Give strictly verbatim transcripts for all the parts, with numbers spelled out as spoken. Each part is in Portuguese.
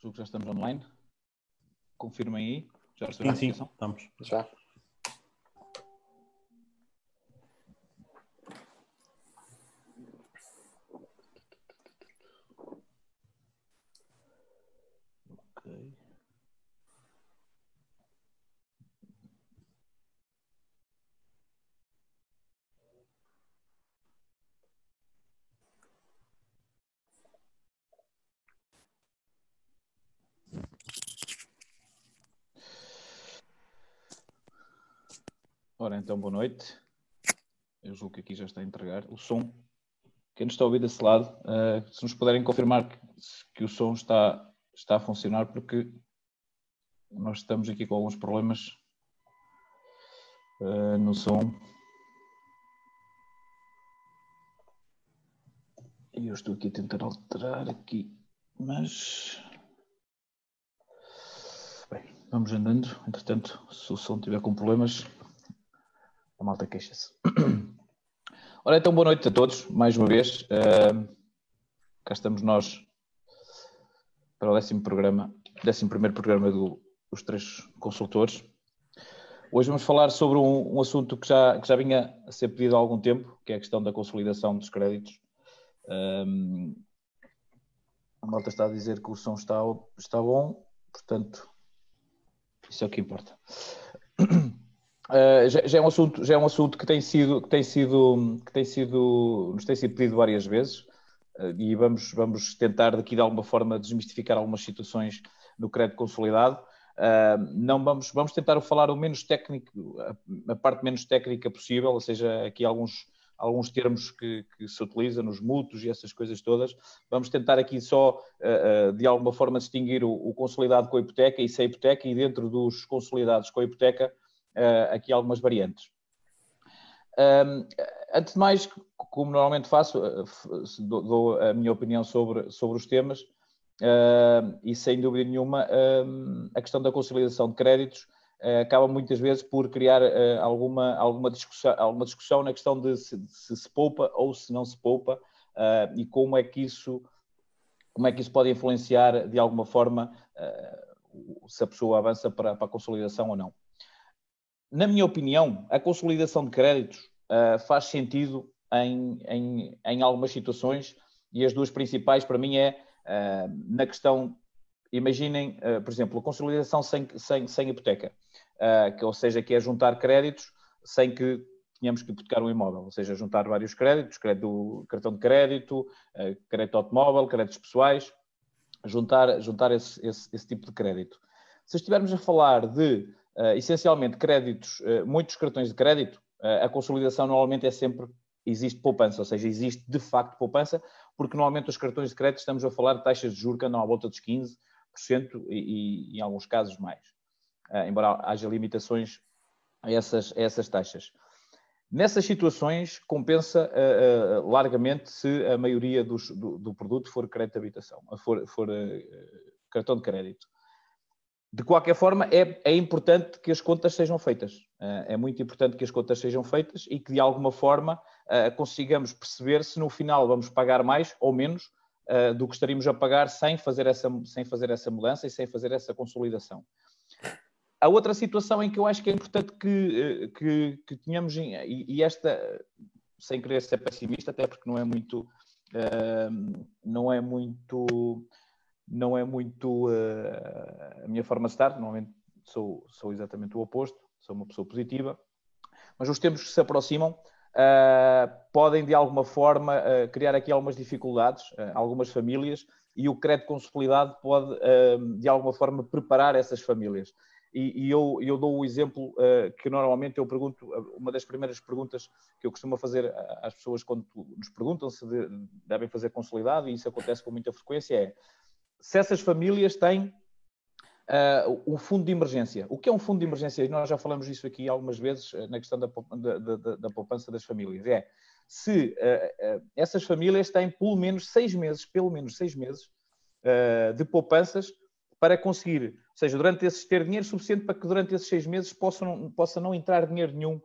Julgo que já estamos online. Confirmem aí. Já sim, a sim, estamos. Já. Ok. Ora, então, boa noite. Eu julgo que aqui já está a entregar o som. Quem nos está a ouvir desse lado, uh, se nos puderem confirmar que, que o som está, está a funcionar, porque nós estamos aqui com alguns problemas uh, no som. E eu estou aqui a tentar alterar aqui, mas... Bem, vamos andando. Entretanto, se o som tiver com problemas, a malta queixa-se. Ora, então, boa noite a todos, mais uma vez. Uh, cá estamos nós para o décimo programa, décimo primeiro programa do, dos Três Consultores. Hoje vamos falar sobre um, um assunto que já, que já vinha a ser pedido há algum tempo, que é a questão da consolidação dos créditos. Um, a malta está a dizer que o som está, está bom, portanto, isso é o que importa. Uh, já, já, é um assunto, já é um assunto que tem sido, que tem sido, que tem sido, nos tem sido pedido várias vezes, uh, e vamos, vamos tentar daqui de alguma forma desmistificar algumas situações no crédito consolidado. Uh, não vamos, vamos tentar falar o menos técnico, a, a parte menos técnica possível, ou seja, aqui alguns, alguns termos que, que se utilizam nos mútuos e essas coisas todas. Vamos tentar aqui só, uh, uh, de alguma forma, distinguir o, o consolidado com a hipoteca e sem hipoteca, e dentro dos consolidados com a hipoteca, Uh, aqui algumas variantes. Um, antes de mais, como normalmente faço, uh, dou, dou a minha opinião sobre, sobre os temas, uh, e sem dúvida nenhuma, uh, a questão da consolidação de créditos uh, acaba muitas vezes por criar uh, alguma, alguma, discussão, alguma discussão na questão de se, se se poupa ou se não se poupa, uh, e como é que isso, como é que isso pode influenciar de alguma forma uh, se a pessoa avança para, para a consolidação ou não. Na minha opinião, a consolidação de créditos uh, faz sentido em, em, em algumas situações, e as duas principais para mim é uh, na questão, imaginem, uh, por exemplo, a consolidação sem, sem, sem hipoteca, uh, que, ou seja, que é juntar créditos sem que tenhamos que hipotecar um imóvel, ou seja, juntar vários créditos, crédito, cartão de crédito, uh, crédito automóvel, créditos pessoais, juntar, juntar esse, esse, esse tipo de crédito. Se estivermos a falar de Uh, essencialmente créditos, uh, muitos cartões de crédito, uh, a consolidação normalmente é sempre, existe poupança, ou seja, existe de facto poupança, porque normalmente os cartões de crédito estamos a falar de taxas de juros que andam à volta dos quinze por cento e, e em alguns casos mais, uh, embora haja limitações a essas, a essas taxas. Nessas situações compensa uh, uh, largamente se a maioria dos, do, do produto for crédito de habitação, for, for uh, cartão de crédito. De qualquer forma, é, é importante que as contas sejam feitas. É muito importante que as contas sejam feitas e que, de alguma forma, consigamos perceber se no final vamos pagar mais ou menos do que estaríamos a pagar sem fazer essa, sem fazer essa mudança e sem fazer essa consolidação. A outra situação em que eu acho que é importante que, que, que tenhamos, e esta, sem querer ser pessimista, até porque não é muito... não é muito... não é muito uh, a minha forma de estar, normalmente sou, sou exatamente o oposto, sou uma pessoa positiva, mas os tempos que se aproximam uh, podem de alguma forma uh, criar aqui algumas dificuldades, uh, algumas famílias, e o crédito consolidado pode uh, de alguma forma preparar essas famílias. E, e eu, eu dou o exemplo uh, que normalmente eu pergunto, uma das primeiras perguntas que eu costumo fazer às pessoas quando nos perguntam se de, devem fazer consolidado, e isso acontece com muita frequência, é se essas famílias têm uh, um fundo de emergência. O que é um fundo de emergência? Nós já falamos disso aqui algumas vezes uh, na questão da, da, da, da poupança das famílias. É se uh, uh, essas famílias têm pelo menos seis meses, pelo menos seis meses uh, de poupanças para conseguir, ou seja, durante esses, ter dinheiro suficiente para que durante esses seis meses possam, possa não entrar dinheiro nenhum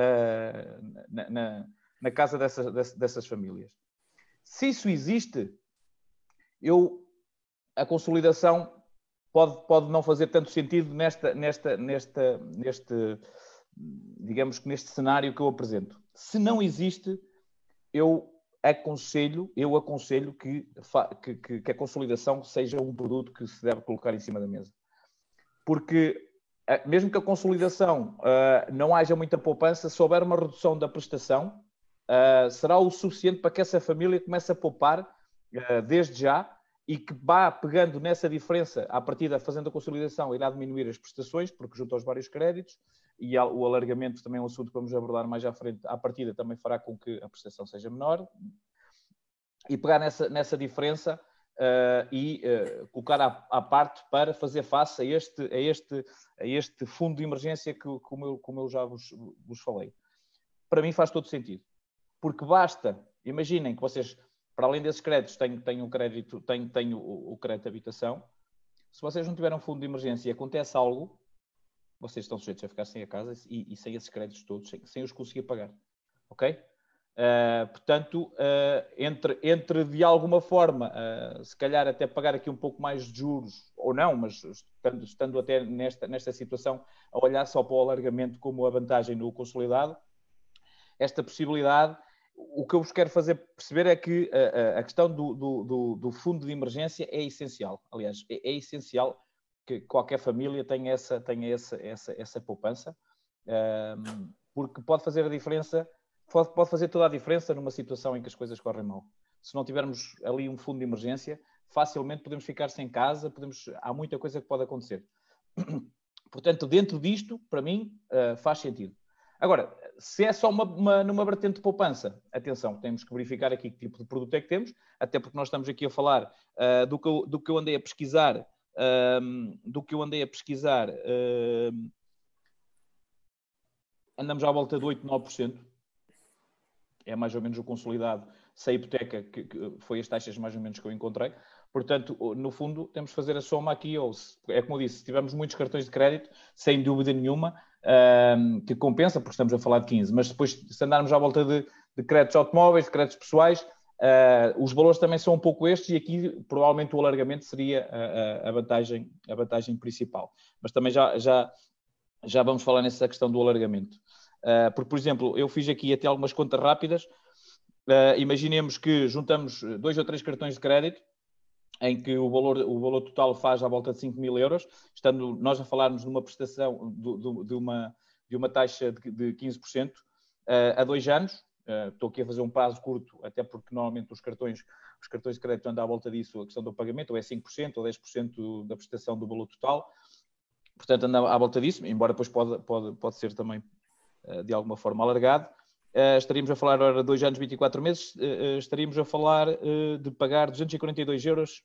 uh, na, na, na casa dessas, dessas, dessas famílias. Se isso existe, eu... a consolidação pode, pode não fazer tanto sentido nesta, nesta, nesta, neste, digamos que neste cenário que eu apresento. Se não existe, eu aconselho, eu aconselho que, que, que a consolidação seja um produto que se deve colocar em cima da mesa. Porque mesmo que a consolidação uh, não haja muita poupança, se houver uma redução da prestação, uh, será o suficiente para que essa família comece a poupar uh, desde já e que vá pegando nessa diferença, à partida, fazendo a consolidação, irá diminuir as prestações, porque junto aos vários créditos, e o alargamento também é um assunto que vamos abordar mais à frente, à partida também fará com que a prestação seja menor, e pegar nessa, nessa diferença Uh, e uh, colocar à, à parte para fazer face a este, a este, a este fundo de emergência que, como, eu, como eu já vos, vos falei. Para mim faz todo sentido. Porque basta, imaginem que vocês, para além desses créditos, têm, têm, um crédito, têm, têm o, o crédito de habitação. Se vocês não tiverem um fundo de emergência e acontece algo, vocês estão sujeitos a ficar sem a casa e, e sem esses créditos todos, sem, sem os conseguir pagar. Ok? Uh, portanto, uh, entre, entre de alguma forma, uh, se calhar até pagar aqui um pouco mais de juros, ou não, mas estando, estando até nesta, nesta situação a olhar só para o alargamento como a vantagem no consolidado, esta possibilidade, o que eu vos quero fazer perceber é que uh, a questão do, do, do, do fundo de emergência é essencial. Aliás, é, é essencial que qualquer família tenha essa, tenha essa, essa, essa poupança, uh, porque pode fazer a diferença. Pode, pode fazer toda a diferença numa situação em que as coisas correm mal. Se não tivermos ali um fundo de emergência, facilmente podemos ficar sem casa, podemos, há muita coisa que pode acontecer. Portanto, dentro disto, para mim, uh, faz sentido. Agora, se é só uma, uma, numa vertente de poupança, atenção, temos que verificar aqui que tipo de produto é que temos, até porque nós estamos aqui a falar uh, do, que eu, do que eu andei a pesquisar, uh, do que eu andei a pesquisar, uh, andamos à volta de oito, nove por cento. É mais ou menos o consolidado, se a hipoteca, que, que foi as taxas mais ou menos que eu encontrei. Portanto, no fundo, temos que fazer a soma aqui, ou se, é como eu disse, se tivermos muitos cartões de crédito, sem dúvida nenhuma, um, que compensa, porque estamos a falar de quinze, mas depois, se andarmos à volta de, de créditos automóveis, de créditos pessoais, uh, os valores também são um pouco estes, e aqui, provavelmente, o alargamento seria a, a, a, vantagem, a vantagem principal. Mas também já, já, já vamos falar nessa questão do alargamento. Uh, porque, por exemplo, eu fiz aqui até algumas contas rápidas. Uh, imaginemos que juntamos dois ou três cartões de crédito, em que o valor, o valor total faz à volta de cinco mil euros, estando nós a falarmos de uma prestação, de, de, de, uma, de uma taxa de, de quinze por cento uh, a dois anos. Uh, estou aqui a fazer um prazo curto, até porque normalmente os cartões, os cartões de crédito andam à volta disso, a questão do pagamento, ou é cinco por cento ou dez por cento da prestação do valor total. Portanto, anda à volta disso, embora depois pode, pode, pode ser também de alguma forma alargado. Uh, estaríamos a falar, ora, dois anos, vinte e quatro meses, uh, estaríamos a falar uh, de pagar duzentos e quarenta e dois euros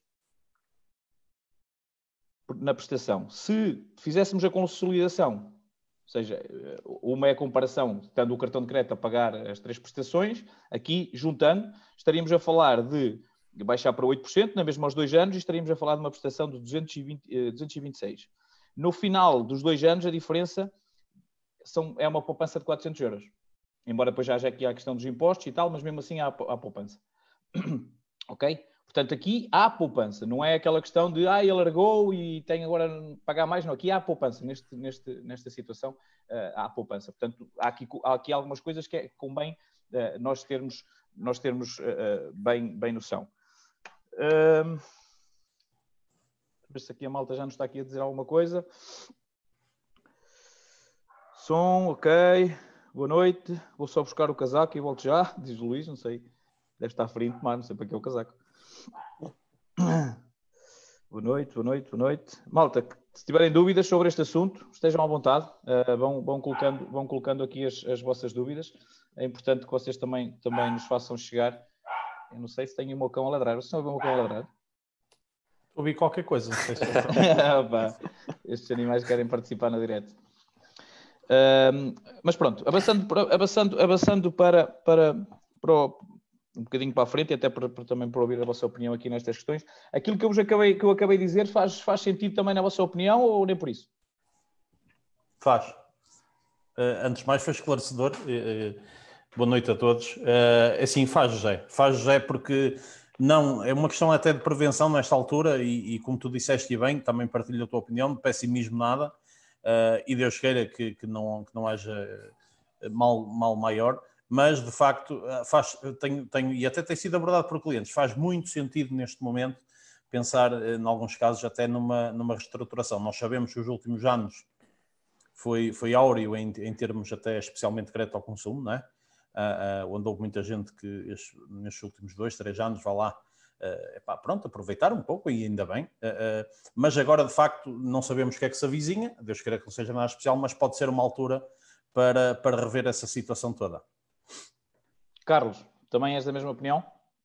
na prestação. Se fizéssemos a consolidação, ou seja, uma é a comparação, tendo o cartão de crédito a pagar as três prestações, aqui, juntando, estaríamos a falar de baixar para oito por cento, na mesma aos dois anos, e estaríamos a falar de uma prestação de duzentos e vinte, uh, duzentos e vinte e seis. No final dos dois anos, a diferença São, é uma poupança de quatrocentos euros. Embora depois já haja aqui a questão dos impostos e tal, mas mesmo assim há, há poupança. Ok? Portanto, aqui há poupança. Não é aquela questão de, ah, ele largou e tem agora de pagar mais. Não, aqui há poupança. Neste, neste, nesta situação uh, há poupança. Portanto, há aqui, há aqui algumas coisas que é, convém uh, nós termos, nós termos uh, bem, bem noção. Uh, ver se aqui a malta já nos está aqui a dizer alguma coisa. Som, ok. Boa noite. Vou só buscar o casaco e volto já. Diz o Luís, não sei. Deve estar frio de tomar, não sei para que é o casaco. Boa noite, boa noite, boa noite. Malta, se tiverem dúvidas sobre este assunto, estejam à vontade. Uh, vão, vão, colocando, vão colocando aqui as, as vossas dúvidas. É importante que vocês também, também nos façam chegar. Eu não sei se tem o meu cão a ladrar. Vocês estão a ver o meu cão a ladrar? Ouvi qualquer coisa. Não sei se Opa, estes animais querem participar na direta. Um, mas pronto, avançando, avançando, avançando para, para, para o, um bocadinho para a frente, e até para, para, também para ouvir a vossa opinião aqui nestas questões. Aquilo que eu, vos acabei, que eu acabei de dizer faz, faz sentido também na vossa opinião ou nem por isso? Faz. Uh, antes de mais, foi esclarecedor. Uh, uh, boa noite a todos. Uh, assim, faz, José. Faz, José, porque Não, é uma questão até de prevenção nesta altura e, e como tu disseste bem, também partilho a tua opinião, de pessimismo nada, uh, e Deus queira que, que, não, que não haja mal, mal maior, mas de facto faz, tenho, tenho, e até tem sido abordado por clientes, faz muito sentido neste momento pensar, em alguns casos, até numa, numa reestruturação. Nós sabemos que os últimos anos foi, foi áureo em, em termos até especialmente de crédito ao consumo, não é? Uh, uh, onde houve muita gente que este, nestes últimos dois, três anos, vá lá, uh, epá, pronto, aproveitar um pouco e ainda bem, uh, uh, mas agora de facto não sabemos o que é que se avizinha, Deus queira que não seja nada especial, mas pode ser uma altura para, para rever essa situação toda. Carlos, também és da mesma opinião?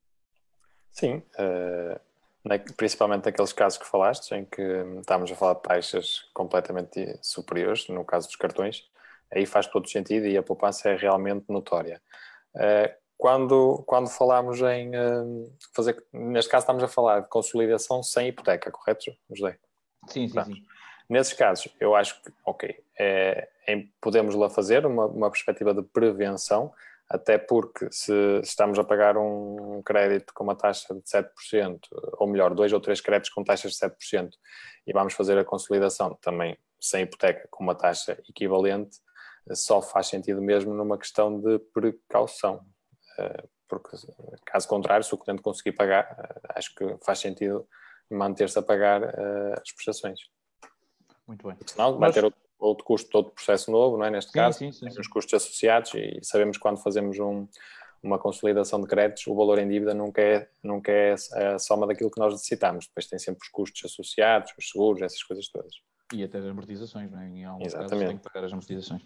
Sim, uh, principalmente naqueles casos que falaste, em que estamos a falar de taxas completamente superiores, no caso dos cartões, aí faz todo sentido e a poupança é realmente notória. Quando, quando falamos em fazer, neste caso estamos a falar de consolidação sem hipoteca, correto, José? Sim, sim, sim. Nesses casos, eu acho que, ok, é, é, podemos lá fazer uma, uma perspectiva de prevenção, até porque se estamos a pagar um crédito com uma taxa de sete por cento, ou melhor, dois ou três créditos com taxas de sete por cento, e vamos fazer a consolidação também sem hipoteca com uma taxa equivalente, só faz sentido mesmo numa questão de precaução, porque caso contrário, se o cliente conseguir pagar, acho que faz sentido manter-se a pagar as prestações. Muito bem. Senão vai ter outro, outro custo, outro processo novo, não é? Neste sim, caso, sim, sim, tem sim. os custos associados e sabemos que quando fazemos um, uma consolidação de créditos, o valor em dívida nunca é, nunca é a soma daquilo que nós necessitamos. Depois tem sempre os custos associados, os seguros, essas coisas todas. E até as amortizações, não é? Em alguns Exatamente. casos tem que pagar as amortizações.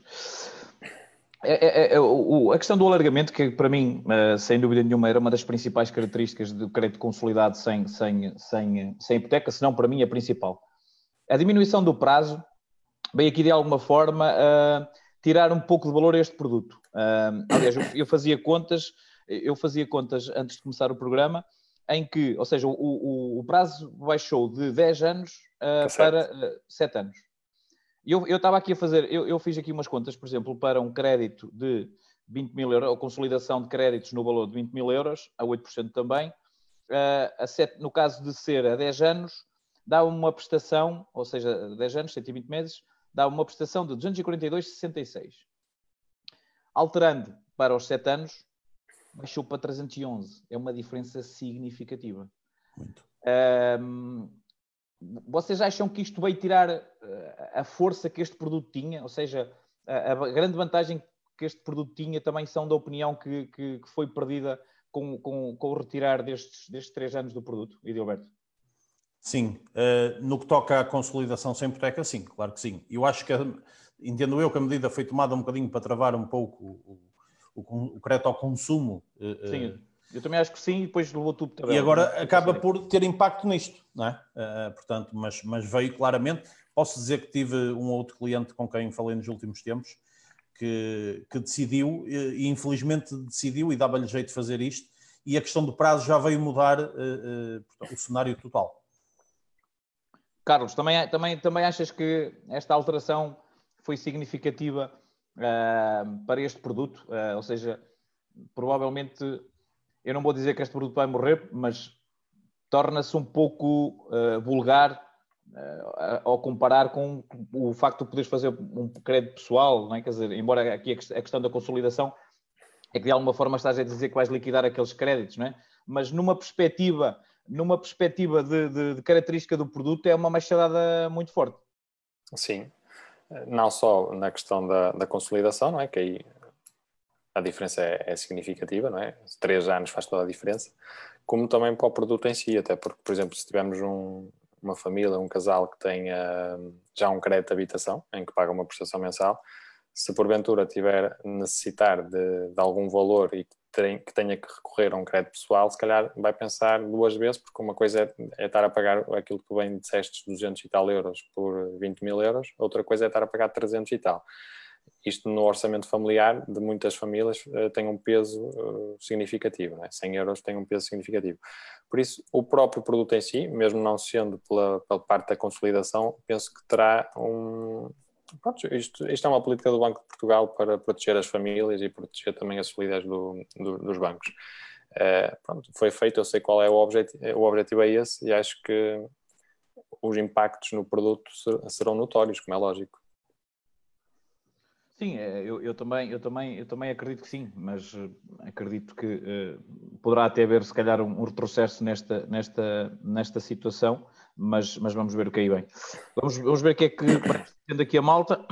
É, é, é, o, a questão do alargamento, que para mim, sem dúvida nenhuma, era uma das principais características do crédito consolidado sem, sem, sem, sem hipoteca, se não para mim a principal. A diminuição do prazo veio aqui de alguma forma uh, tirar um pouco de valor a este produto. Uh, aliás, eu, eu fazia contas, eu fazia contas antes de começar o programa, em que, ou seja, o, o, o prazo baixou de dez anos uh, para uh, sete anos. Eu, eu estava aqui a fazer, eu, eu fiz aqui umas contas, por exemplo, para um crédito de vinte mil euros, ou consolidação de créditos no valor de vinte mil euros, a oito por cento também, uh, a sete, no caso de ser a dez anos, dá uma prestação, ou seja, dez anos, cento e vinte meses, dá uma prestação de duzentos e quarenta e dois vírgula sessenta e seis. Alterando para os sete anos, baixou para trezentos e onze. É uma diferença significativa. Muito. Um, vocês acham que isto veio tirar a força que este produto tinha? Ou seja, a, a grande vantagem que este produto tinha também são da opinião que, que, que foi perdida com, com, com o retirar destes, destes três anos do produto, Edilberto? Sim, uh, no que toca à consolidação sem hipoteca, sim, claro que sim. Eu acho que, entendo eu que a medida foi tomada um bocadinho para travar um pouco o, o, o crédito ao consumo. Uh, sim, eu também acho que sim, e depois levou tudo para E agora acaba por ter impacto nisto, não é? Uh, portanto, mas, mas veio claramente. Posso dizer que tive um outro cliente com quem falei nos últimos tempos que, que decidiu, e infelizmente decidiu, e dava-lhe jeito de fazer isto, e a questão do prazo já veio mudar uh, uh, portanto, o cenário total. Carlos, também, também, também achas que esta alteração foi significativa uh, para este produto? Uh, ou seja, provavelmente, eu não vou dizer que este produto vai morrer, mas torna-se um pouco uh, vulgar uh, ao comparar com o facto de poderes fazer um crédito pessoal, não é? Quer dizer, embora aqui a questão da consolidação é que de alguma forma estás a dizer que vais liquidar aqueles créditos, não é? Mas numa perspectiva... numa perspectiva de, de, de característica do produto, é uma machadada muito forte. Sim, não só na questão da, da consolidação, não é? Que aí a diferença é, é significativa, não é? Três anos faz toda a diferença, como também para o produto em si, até porque, por exemplo, se tivermos um, uma família, um casal que tenha já um crédito de habitação, em que paga uma prestação mensal, se porventura tiver necessitar de, de algum valor e que tenha que recorrer a um crédito pessoal, se calhar vai pensar duas vezes, porque uma coisa é, é estar a pagar aquilo que tu bem disseste, duzentos e tal euros por vinte mil euros, outra coisa é estar a pagar trezentos e tal. Isto no orçamento familiar de muitas famílias tem um peso uh, significativo, não é? cem euros tem um peso significativo. Por isso, o próprio produto em si, mesmo não sendo pela, pela parte da consolidação, penso que terá um... Pronto, isto, isto é uma política do Banco de Portugal para proteger as famílias e proteger também a solidez do, do, dos bancos. Uh, pronto, foi feito, eu sei qual é o objetivo, o objetivo é esse, e acho que os impactos no produto serão notórios, como é lógico. Sim, eu, eu, também, eu, também, eu também acredito que sim, mas acredito que uh, poderá até haver, se calhar, um, um retrocesso nesta, nesta, nesta situação, mas, mas vamos ver o que aí vem. Vamos, vamos ver o que é que tendo aqui a malta.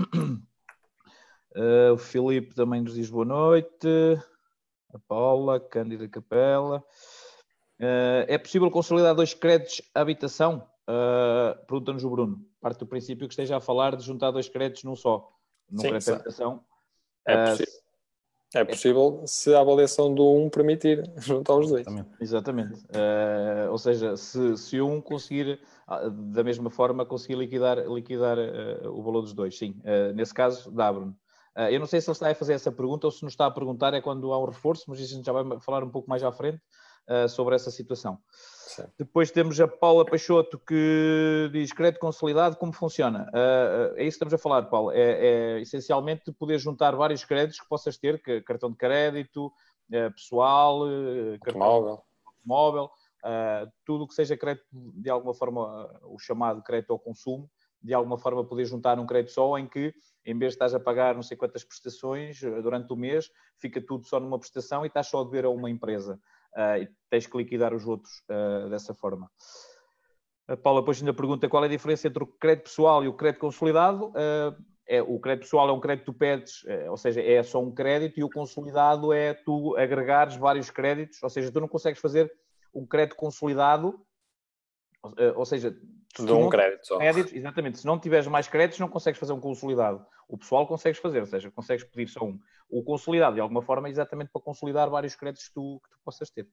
Uh, o Filipe também nos diz boa noite. A Paula, Cândida Capela. Uh, é possível consolidar dois créditos à habitação? Uh, Pergunta-nos o Bruno. Parte do princípio que esteja a falar de juntar dois créditos num só. Num Sim, crédito de habitação. É possível. Uh, é possível se a avaliação do um permitir juntar os dois. Exatamente. Uh, ou seja, se, se um conseguir, da mesma forma, conseguir liquidar, liquidar uh, o valor dos dois. Sim. Uh, nesse caso, dá, Bruno. Uh, eu não sei se ele está a fazer essa pergunta ou se nos está a perguntar é quando há um reforço, mas a gente já vai falar um pouco mais à frente uh, sobre essa situação. Sim. Depois temos a Paula Peixoto que diz crédito consolidado, como funciona? Uh, é isso que estamos a falar, Paulo. É, é essencialmente poder juntar vários créditos que possas ter, que, cartão de crédito, uh, pessoal, uh, automóvel, automóvel uh, tudo o que seja crédito, de alguma forma, uh, o chamado crédito ao consumo, de alguma forma poder juntar um crédito só em que, em vez de estás a pagar não sei quantas prestações uh, durante o mês, fica tudo só numa prestação e estás só a dever a uma empresa. Uh, e tens que liquidar os outros uh, dessa forma. A Paula depois ainda pergunta qual é a diferença entre o crédito pessoal e o crédito consolidado. Uh, é, o crédito pessoal é um crédito que tu pedes, uh, ou seja, é só um crédito, e o consolidado é tu agregares vários créditos, ou seja, tu não consegues fazer um crédito consolidado, uh, ou seja, de um crédito só. Créditos, exatamente, se não tiveres mais créditos não consegues fazer um consolidado. O pessoal consegues fazer, ou seja, consegues pedir só um. O consolidado, de alguma forma, é exatamente para consolidar vários créditos que tu, que tu possas ter.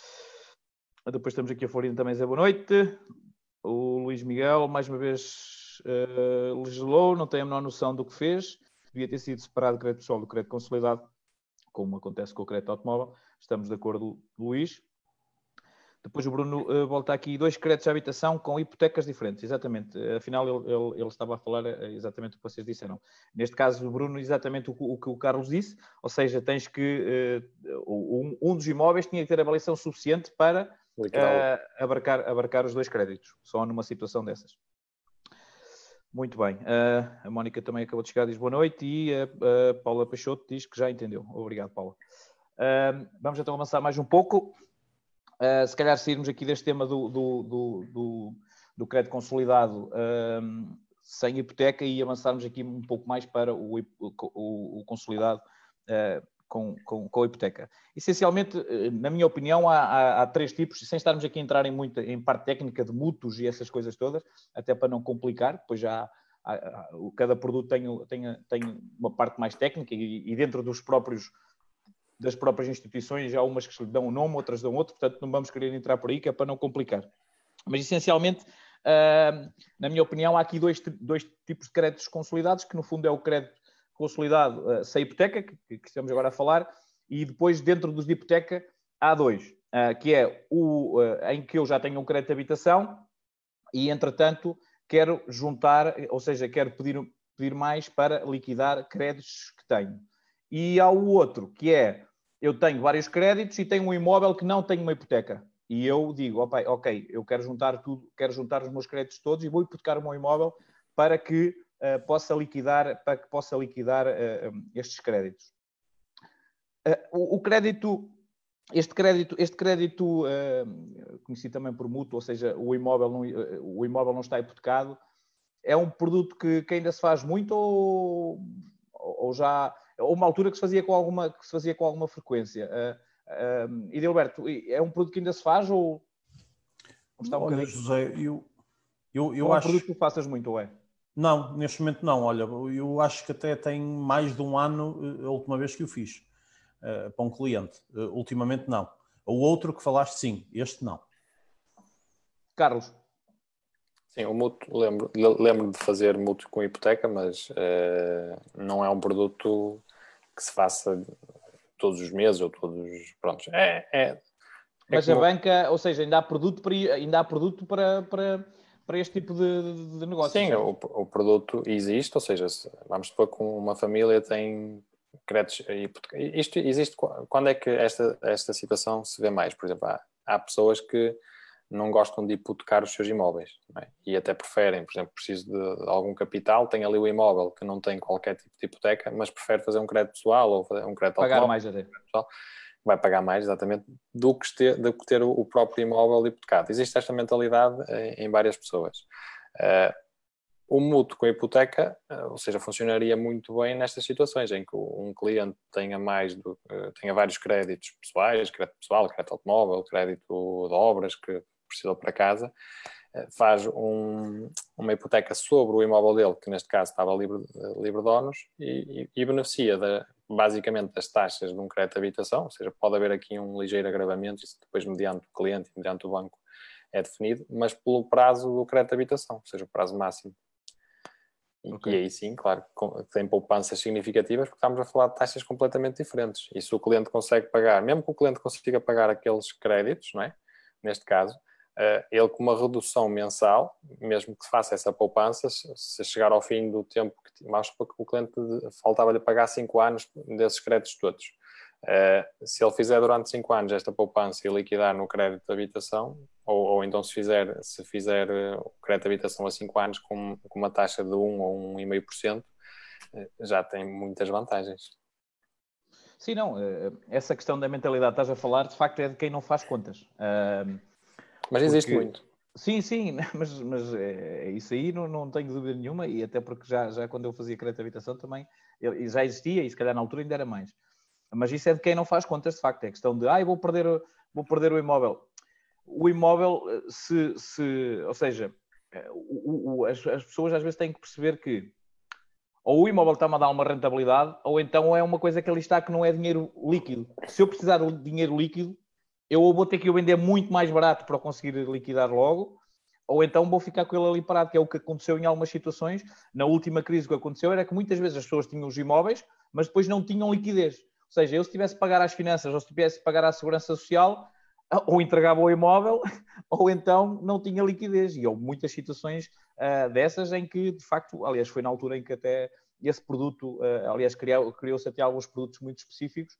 Depois temos aqui a Florina também, dizer boa noite. O Luís Miguel, mais uma vez, uh, legislou, não tem a menor noção do que fez. Devia ter sido separado o crédito pessoal do crédito consolidado, como acontece com o crédito automóvel. Estamos de acordo, Luís. Depois o Bruno uh, volta aqui, dois créditos de habitação com hipotecas diferentes, exatamente. Afinal, ele, ele, ele estava a falar exatamente o que vocês disseram. Neste caso, o Bruno, exatamente o, o que o Carlos disse, ou seja, tens que, uh, um, um dos imóveis tinha que ter avaliação suficiente para uh, abarcar, abarcar os dois créditos, só numa situação dessas. Muito bem. Uh, a Mónica também acabou de chegar, diz boa noite, e a, a Paula Peixoto diz que já entendeu. Obrigado, Paula. Uh, vamos então avançar mais um pouco. Uh, se calhar sairmos aqui deste tema do, do, do, do, do crédito consolidado um, sem hipoteca e avançarmos aqui um pouco mais para o, o, o consolidado uh, com, com, com a hipoteca. Essencialmente, na minha opinião, há, há, há três tipos, sem estarmos aqui a entrar em, muito, em parte técnica de mútuos e essas coisas todas, até para não complicar, depois já há, há, cada produto tem, tem, tem uma parte mais técnica e, e dentro dos próprios das próprias instituições, há umas que lhe dão um nome, outras dão outro, portanto não vamos querer entrar por aí, que é para não complicar. Mas, essencialmente, uh, na minha opinião, há aqui dois, dois tipos de créditos consolidados, que no fundo é o crédito consolidado uh, sem hipoteca, que, que estamos agora a falar, e depois, dentro dos de hipoteca, há dois, uh, que é o uh, em que eu já tenho um crédito de habitação e, entretanto, quero juntar, ou seja, quero pedir, pedir mais para liquidar créditos que tenho. E há o outro, que é, eu tenho vários créditos e tenho um imóvel que não tem uma hipoteca. E eu digo, opa, ok, eu quero juntar tudo, quero juntar os meus créditos todos e vou hipotecar o meu imóvel para que uh, possa liquidar, para que possa liquidar uh, um, estes créditos. Uh, o, o crédito, este crédito, este crédito uh, conhecido também por mútuo, ou seja, o imóvel não, uh, o imóvel não está hipotecado, é um produto que, que ainda se faz muito ou, ou já... ou uma altura que se fazia com alguma, que se fazia com alguma frequência. Uh, uh, e Gilberto, é um produto que ainda se faz ou está um Olha, bocadinho... José, eu, eu, eu ou é um acho... produto que tu faças muito, ou é? Não, neste momento não. Olha, eu acho que até tem mais de um ano a última vez que o fiz uh, para um cliente. Uh, ultimamente não. O outro que falaste, sim. Este não. Carlos? Sim, o mútuo, lembro, lembro de fazer mútuo com hipoteca, mas uh, não é um produto que se faça todos os meses ou todos os... Prontos. É, é, é mas como... a banca, ou seja, ainda há produto para, ainda há produto para, para, para este tipo de, de negócio? Sim, o, o produto existe, ou seja, vamos supor que uma família tem créditos hipotecários. Isto existe, quando é que esta, esta situação se vê mais? Por exemplo, há, há pessoas que não gostam de hipotecar os seus imóveis, não é? E até preferem, por exemplo, preciso de algum capital, tem ali o imóvel que não tem qualquer tipo de hipoteca, mas prefere fazer um crédito pessoal ou fazer um crédito pagar automóvel, mais até. Pessoal, vai pagar mais, exatamente, do que ter, do que ter o próprio imóvel hipotecado. Existe esta mentalidade em, em várias pessoas. Uh, o mútuo com a hipoteca, uh, ou seja, funcionaria muito bem nestas situações em que um cliente tenha mais do, uh, tenha vários créditos pessoais, crédito pessoal, crédito automóvel, crédito de obras que precisou para casa, uh, faz um, uma hipoteca sobre o imóvel dele, que neste caso estava livre, uh, livre de ónus, e, e, e beneficia da, basicamente das taxas de um crédito de habitação, ou seja, pode haver aqui um ligeiro agravamento, isso depois mediante o cliente e mediante o banco é definido, mas pelo prazo do crédito de habitação, ou seja, o prazo máximo. E, okay. e aí sim, claro, tem poupanças significativas porque estamos a falar de taxas completamente diferentes. E se o cliente consegue pagar, mesmo que o cliente consiga pagar aqueles créditos, não é? Neste caso, ele com uma redução mensal, mesmo que faça essa poupança, se chegar ao fim do tempo que mais que o cliente faltava-lhe pagar cinco anos desses créditos todos. Se ele fizer durante cinco anos esta poupança e liquidar no crédito de habitação, ou, ou então se fizer, se fizer o crédito de habitação a cinco anos com, com uma taxa de um ou um vírgula cinco por cento, já tem muitas vantagens. Sim, não, essa questão da mentalidade que estás a falar, de facto é de quem não faz contas. Mas existe porque... muito. Sim, sim, mas, mas é, isso aí não, não tenho dúvida nenhuma, e até porque já, já quando eu fazia crédito de habitação também já existia, e se calhar na altura ainda era mais. Mas isso é de quem não faz contas, de facto. É questão de, ah, eu vou perder, vou perder o imóvel. O imóvel, se, se ou seja, o, o, as, as pessoas às vezes têm que perceber que ou o imóvel está-me a dar uma rentabilidade, ou então é uma coisa que ali está que não é dinheiro líquido. Se eu precisar de dinheiro líquido, eu vou ter que o vender muito mais barato para conseguir liquidar logo, ou então vou ficar com ele ali parado, que é o que aconteceu em algumas situações. Na última crise o que aconteceu era que muitas vezes as pessoas tinham os imóveis, mas depois não tinham liquidez. Ou seja, eu se tivesse que pagar às finanças ou se tivesse que pagar à segurança social, ou entregava o imóvel, ou então não tinha liquidez. E houve muitas situações uh, dessas em que, de facto, aliás, foi na altura em que até esse produto, uh, aliás, criou, criou-se até alguns produtos muito específicos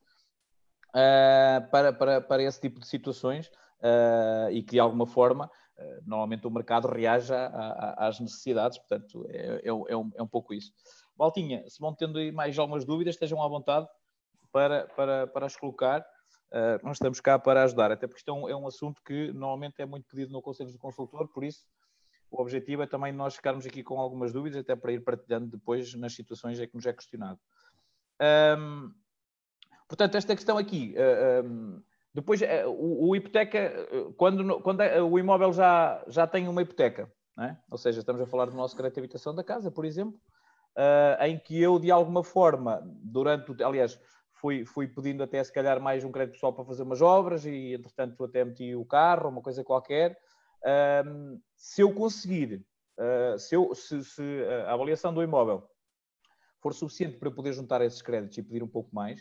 uh, para, para, para esse tipo de situações uh, e que, de alguma forma, uh, normalmente o mercado reage a, a, às necessidades. Portanto, é, é, é, um, é um pouco isso. Maltinha, se vão tendo aí mais algumas dúvidas, estejam à vontade para, para, para as colocar. Uh, nós estamos cá para ajudar, até porque isto é um, é um assunto que normalmente é muito pedido no Conselho do Consultor, por isso o objetivo é também nós ficarmos aqui com algumas dúvidas, até para ir partilhando depois nas situações em que nos é questionado. Um, portanto, esta questão aqui, uh, um, depois uh, o, o hipoteca, uh, quando, quando uh, o imóvel já, já tem uma hipoteca, não é? Ou seja, estamos a falar do nosso crédito de habitação da casa, por exemplo, uh, em que eu, de alguma forma, durante o... Aliás, Fui, fui pedindo até, se calhar, mais um crédito pessoal para fazer umas obras e, entretanto, até meti o carro, uma coisa qualquer. Um, se eu conseguir, uh, se, eu, se, se a avaliação do imóvel for suficiente para eu poder juntar esses créditos e pedir um pouco mais,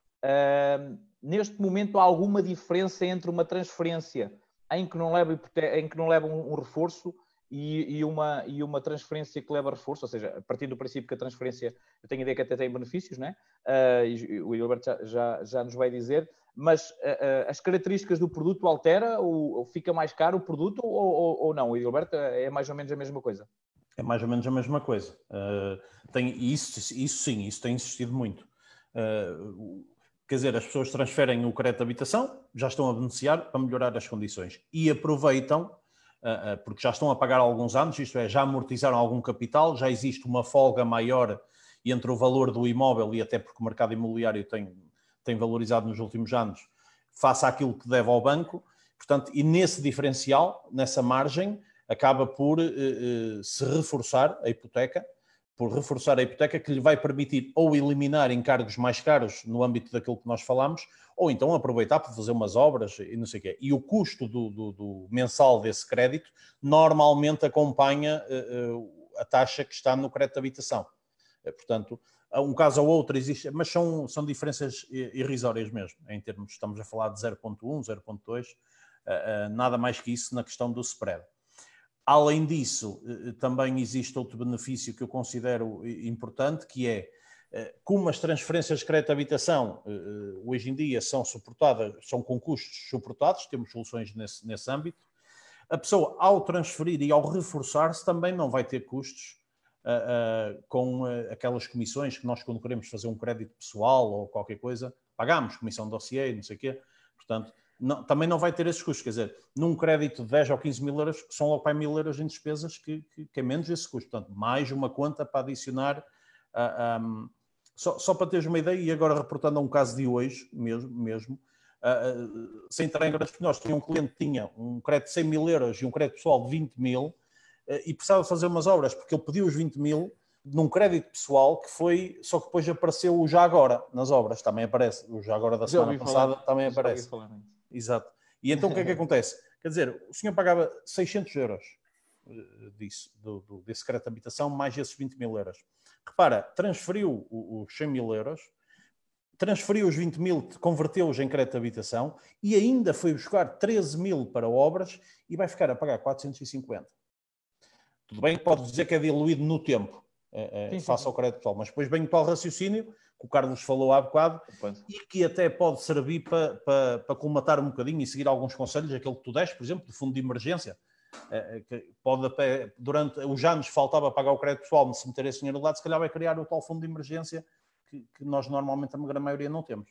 uh, neste momento há alguma diferença entre uma transferência em que não leva, em que não leva um, um reforço e, e, uma, e uma transferência que leva reforço, ou seja, a partir do princípio que a transferência, eu tenho a ideia que até tem benefícios, não é? Uh, e o Gilberto já, já, já nos vai dizer, mas uh, uh, as características do produto altera ou, ou fica mais caro o produto ou, ou, ou não? O Gilberto, é mais ou menos a mesma coisa? É mais ou menos a mesma coisa. Uh, tem, isso, isso sim, isso tem existido muito. Uh, quer dizer, as pessoas transferem o crédito de habitação, já estão a beneficiar para melhorar as condições e aproveitam, uh, uh, porque já estão a pagar há alguns anos, isto é, já amortizaram algum capital, já existe uma folga maior entre o valor do imóvel e até porque o mercado imobiliário tem, tem valorizado nos últimos anos, face àquilo que deve ao banco. Portanto, e nesse diferencial, nessa margem, acaba por eh, eh, se reforçar a hipoteca, por reforçar a hipoteca que lhe vai permitir ou eliminar encargos mais caros no âmbito daquilo que nós falamos, ou então aproveitar para fazer umas obras e não sei o quê. E o custo do, do, do mensal desse crédito normalmente acompanha eh, a taxa que está no crédito de habitação. Portanto, um caso ou outro existe, mas são, são diferenças irrisórias mesmo, em termos, estamos a falar de zero vírgula um, zero vírgula dois, uh, uh, nada mais que isso na questão do spread. Além disso, uh, também existe outro benefício que eu considero importante, que é, Como as transferências de crédito de habitação hoje em dia são suportadas, são com custos suportados, temos soluções nesse, nesse âmbito, a pessoa ao transferir e ao reforçar-se também não vai ter custos uh, uh, com uh, aquelas comissões que nós, quando queremos fazer um crédito pessoal ou qualquer coisa, pagamos, comissão de dossiê, não sei o quê. Portanto, não, também não vai ter esses custos. Quer dizer, num crédito de dez ou quinze mil euros, são logo para mil euros em despesas que, que, que é menos esse custo. Portanto, mais uma conta para adicionar. Uh, um, só, só para teres uma ideia, e agora reportando a um caso de hoje mesmo, mesmo uh, sem entrar em grandes pormenores, tinha um cliente que tinha um crédito de cem mil euros e um crédito pessoal de vinte mil uh, e precisava fazer umas obras, porque ele pediu os vinte mil num crédito pessoal que foi, só que depois apareceu o já agora nas obras, também aparece, o já agora da semana passada falar, também aparece. Exato. E então o que é que acontece? Quer dizer, o senhor pagava seiscentos euros disso, do, do, desse crédito de habitação, mais esses vinte mil euros. Repara, transferiu os cem mil euros, transferiu os vinte mil, converteu-os em crédito de habitação e ainda foi buscar treze mil para obras e vai ficar a pagar quatrocentos e cinquenta. Tudo bem que pode dizer que é diluído no tempo, é, é, face ao crédito pessoal, mas depois vem o tal raciocínio que o Carlos falou há bocado e que até pode servir para, para, para colmatar um bocadinho e seguir alguns conselhos, aquele que tu deste, por exemplo, do fundo de emergência. Que pode, durante os anos faltava pagar o crédito pessoal, mas se meter esse dinheiro de lado, se calhar vai criar o tal fundo de emergência que, que nós normalmente, a grande maioria, não temos.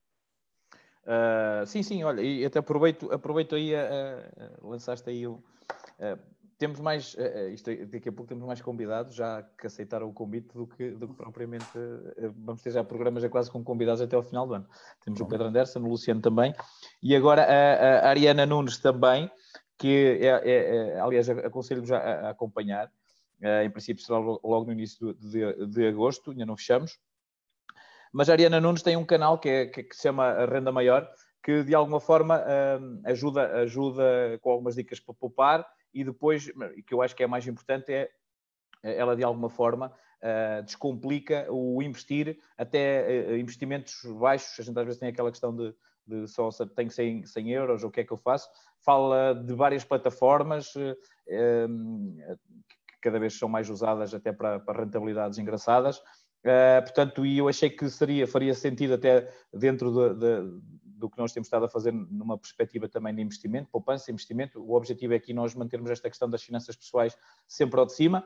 Uh, sim, sim, olha, e até aproveito, aproveito aí, a, a, a, lançaste aí, o, a, temos mais, uh, isto, daqui a pouco temos mais convidados já que aceitaram o convite do que, do que propriamente, uh, vamos ter já programas já quase com convidados até ao final do ano. Temos Bom. o Pedro Anderson, o Luciano também, e agora a, a Ariana Nunes também, que é, é, é aliás, aconselho-vos a, a acompanhar, uh, em princípio será logo no início de, de, de agosto, ainda não fechamos, mas a Ariana Nunes tem um canal que, é, que, que se chama Renda Maior, que de alguma forma uh, ajuda, ajuda com algumas dicas para poupar e depois, e que eu acho que é mais importante, é ela de alguma forma uh, descomplica o investir até uh, investimentos baixos. A gente às vezes tem aquela questão de de só tenho cem, cem euros, o que é que eu faço? Fala de várias plataformas eh, que cada vez são mais usadas até para, para rentabilidades engraçadas. Uh, portanto, e eu achei que seria, faria sentido até dentro de, de, do que nós temos estado a fazer numa perspectiva também de investimento, poupança, investimento. O objetivo é aqui nós mantermos esta questão das finanças pessoais sempre ao de cima.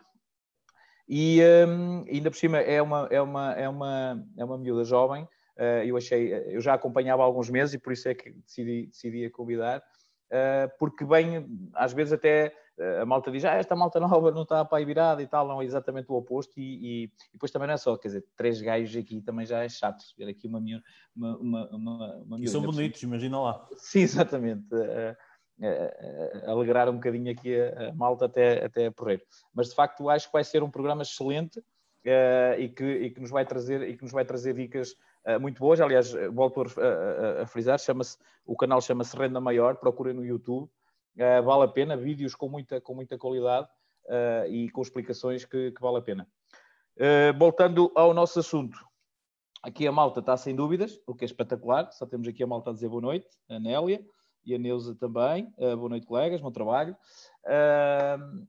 E um, ainda por cima é uma, é uma, é uma, é uma miúda jovem. Uh, eu achei, eu já acompanhava há alguns meses e por isso é que decidi, decidi a convidar, uh, porque bem, às vezes até uh, a malta diz, ah, esta malta nova não está para aí virada e tal, não é exatamente o oposto e, e, e depois também não é só, quer dizer, três gajos aqui também já é chato, ver aqui uma miúda. Uma, uma, uma, uma e são bonitos, imagina lá. Sim, exatamente. Uh, uh, uh, alegrar um bocadinho aqui a, a malta até, até a porreiro. Mas de facto acho que vai ser um programa excelente uh, e, que, e, que nos vai trazer, e que nos vai trazer dicas Uh, muito boas. Aliás, volto a, a, a frisar, chama-se, o canal chama-se Renda Maior, procurem no YouTube, uh, vale a pena, vídeos com muita, com muita qualidade uh, e com explicações que, que vale a pena. Uh, voltando ao nosso assunto, aqui a malta está sem dúvidas, o que é espetacular, só temos aqui a malta a dizer boa noite, a Nélia e a Neuza também, uh, boa noite colegas, bom trabalho. Uh,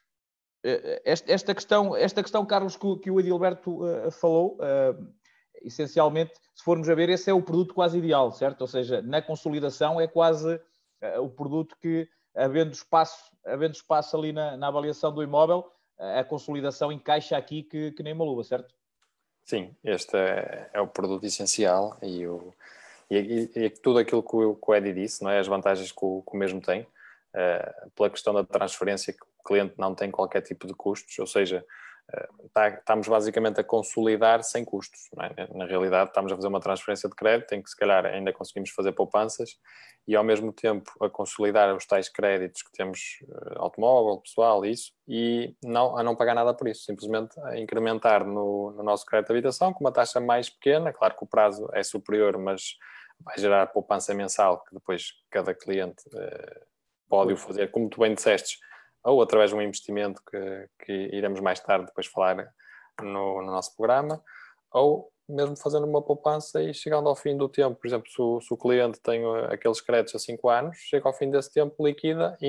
esta, esta, questão, esta questão, Carlos, que, que o Edilberto uh, falou, uh, essencialmente, se formos a ver, esse é o produto quase ideal, certo? Ou seja, na consolidação é quase uh, o produto que, havendo espaço, havendo espaço ali na, na avaliação do imóvel, uh, a consolidação encaixa aqui que, que nem uma luva, certo? Sim, este é, é o produto essencial e, o, e, e, e tudo aquilo que o, que o Eddie disse, não é? As vantagens que o, que o mesmo tem, uh, pela questão da transferência, que o cliente não tem qualquer tipo de custos, ou seja, Tá, estamos basicamente a consolidar sem custos, não é? Na realidade estamos a fazer uma transferência de crédito em que se calhar ainda conseguimos fazer poupanças e ao mesmo tempo a consolidar os tais créditos que temos, automóvel, pessoal, isso, e não, a não pagar nada por isso, simplesmente a incrementar no, no nosso crédito de habitação com uma taxa mais pequena. Claro que o prazo é superior, mas vai gerar poupança mensal que depois cada cliente eh, pode o fazer, como tu bem disseste, ou através de um investimento que, que iremos mais tarde depois falar no, no nosso programa, ou mesmo fazendo uma poupança e chegando ao fim do tempo. Por exemplo, se o, se o cliente tem aqueles créditos a cinco anos, chega ao fim desse tempo, liquida e em vez de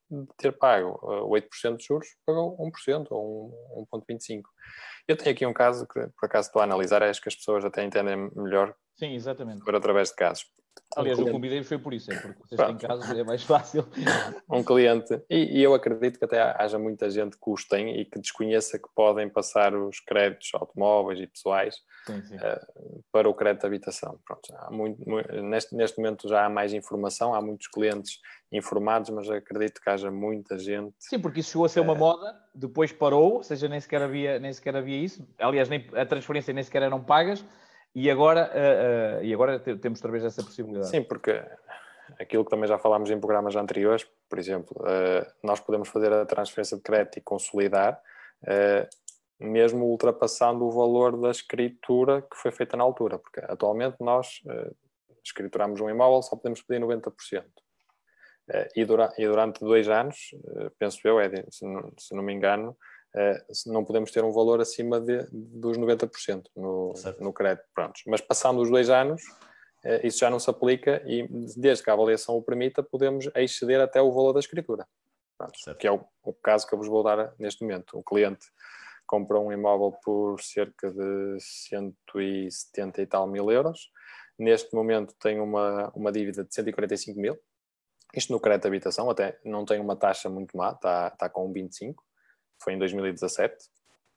de ter pago oito por cento de juros, pagou um por cento ou um vírgula vinte e cinco por cento. Eu tenho aqui um caso que, por acaso, estou a analisar, acho que as pessoas até entendem melhor. Sim, exatamente. Por através de casos. Aliás, um cliente... eu convidei foi por isso, é porque vocês têm casos, é mais fácil. Um cliente, e, e eu acredito que até haja muita gente que os tem e que desconheça que podem passar os créditos automóveis e pessoais sim, sim. Uh, para o crédito de habitação. Pronto, há muito, neste, neste momento já há mais informação, há muitos clientes informados, mas acredito que haja muita gente... Sim, porque isso chegou a ser uma uh, moda, depois parou, ou seja, nem sequer havia, nem sequer havia isso. Aliás, nem, a transferência nem sequer eram pagas. E agora, uh, uh, e agora temos outra vez essa possibilidade. Sim, porque aquilo que também já falámos em programas anteriores, por exemplo, uh, nós podemos fazer a transferência de crédito e consolidar, uh, mesmo ultrapassando o valor da escritura que foi feita na altura, porque atualmente nós uh, escrituramos um imóvel, só podemos pedir noventa por cento. Uh, e, dura, e durante dois anos, uh, penso eu, Edi, se não, se não me engano, Uh, não podemos ter um valor acima de, dos noventa por cento no, no crédito. Pronto. Mas passando os dois anos, uh, isso já não se aplica e desde que a avaliação o permita, podemos exceder até o valor da escritura. Pronto. Que é o, o caso que eu vos vou dar neste momento. O cliente comprou um imóvel por cerca de cento e setenta e tal mil euros. Neste momento tem uma, uma dívida de cento e quarenta e cinco mil. Isto no crédito de habitação, até não tem uma taxa muito má, está, está com um vinte e cinco. Foi em dois mil e dezassete,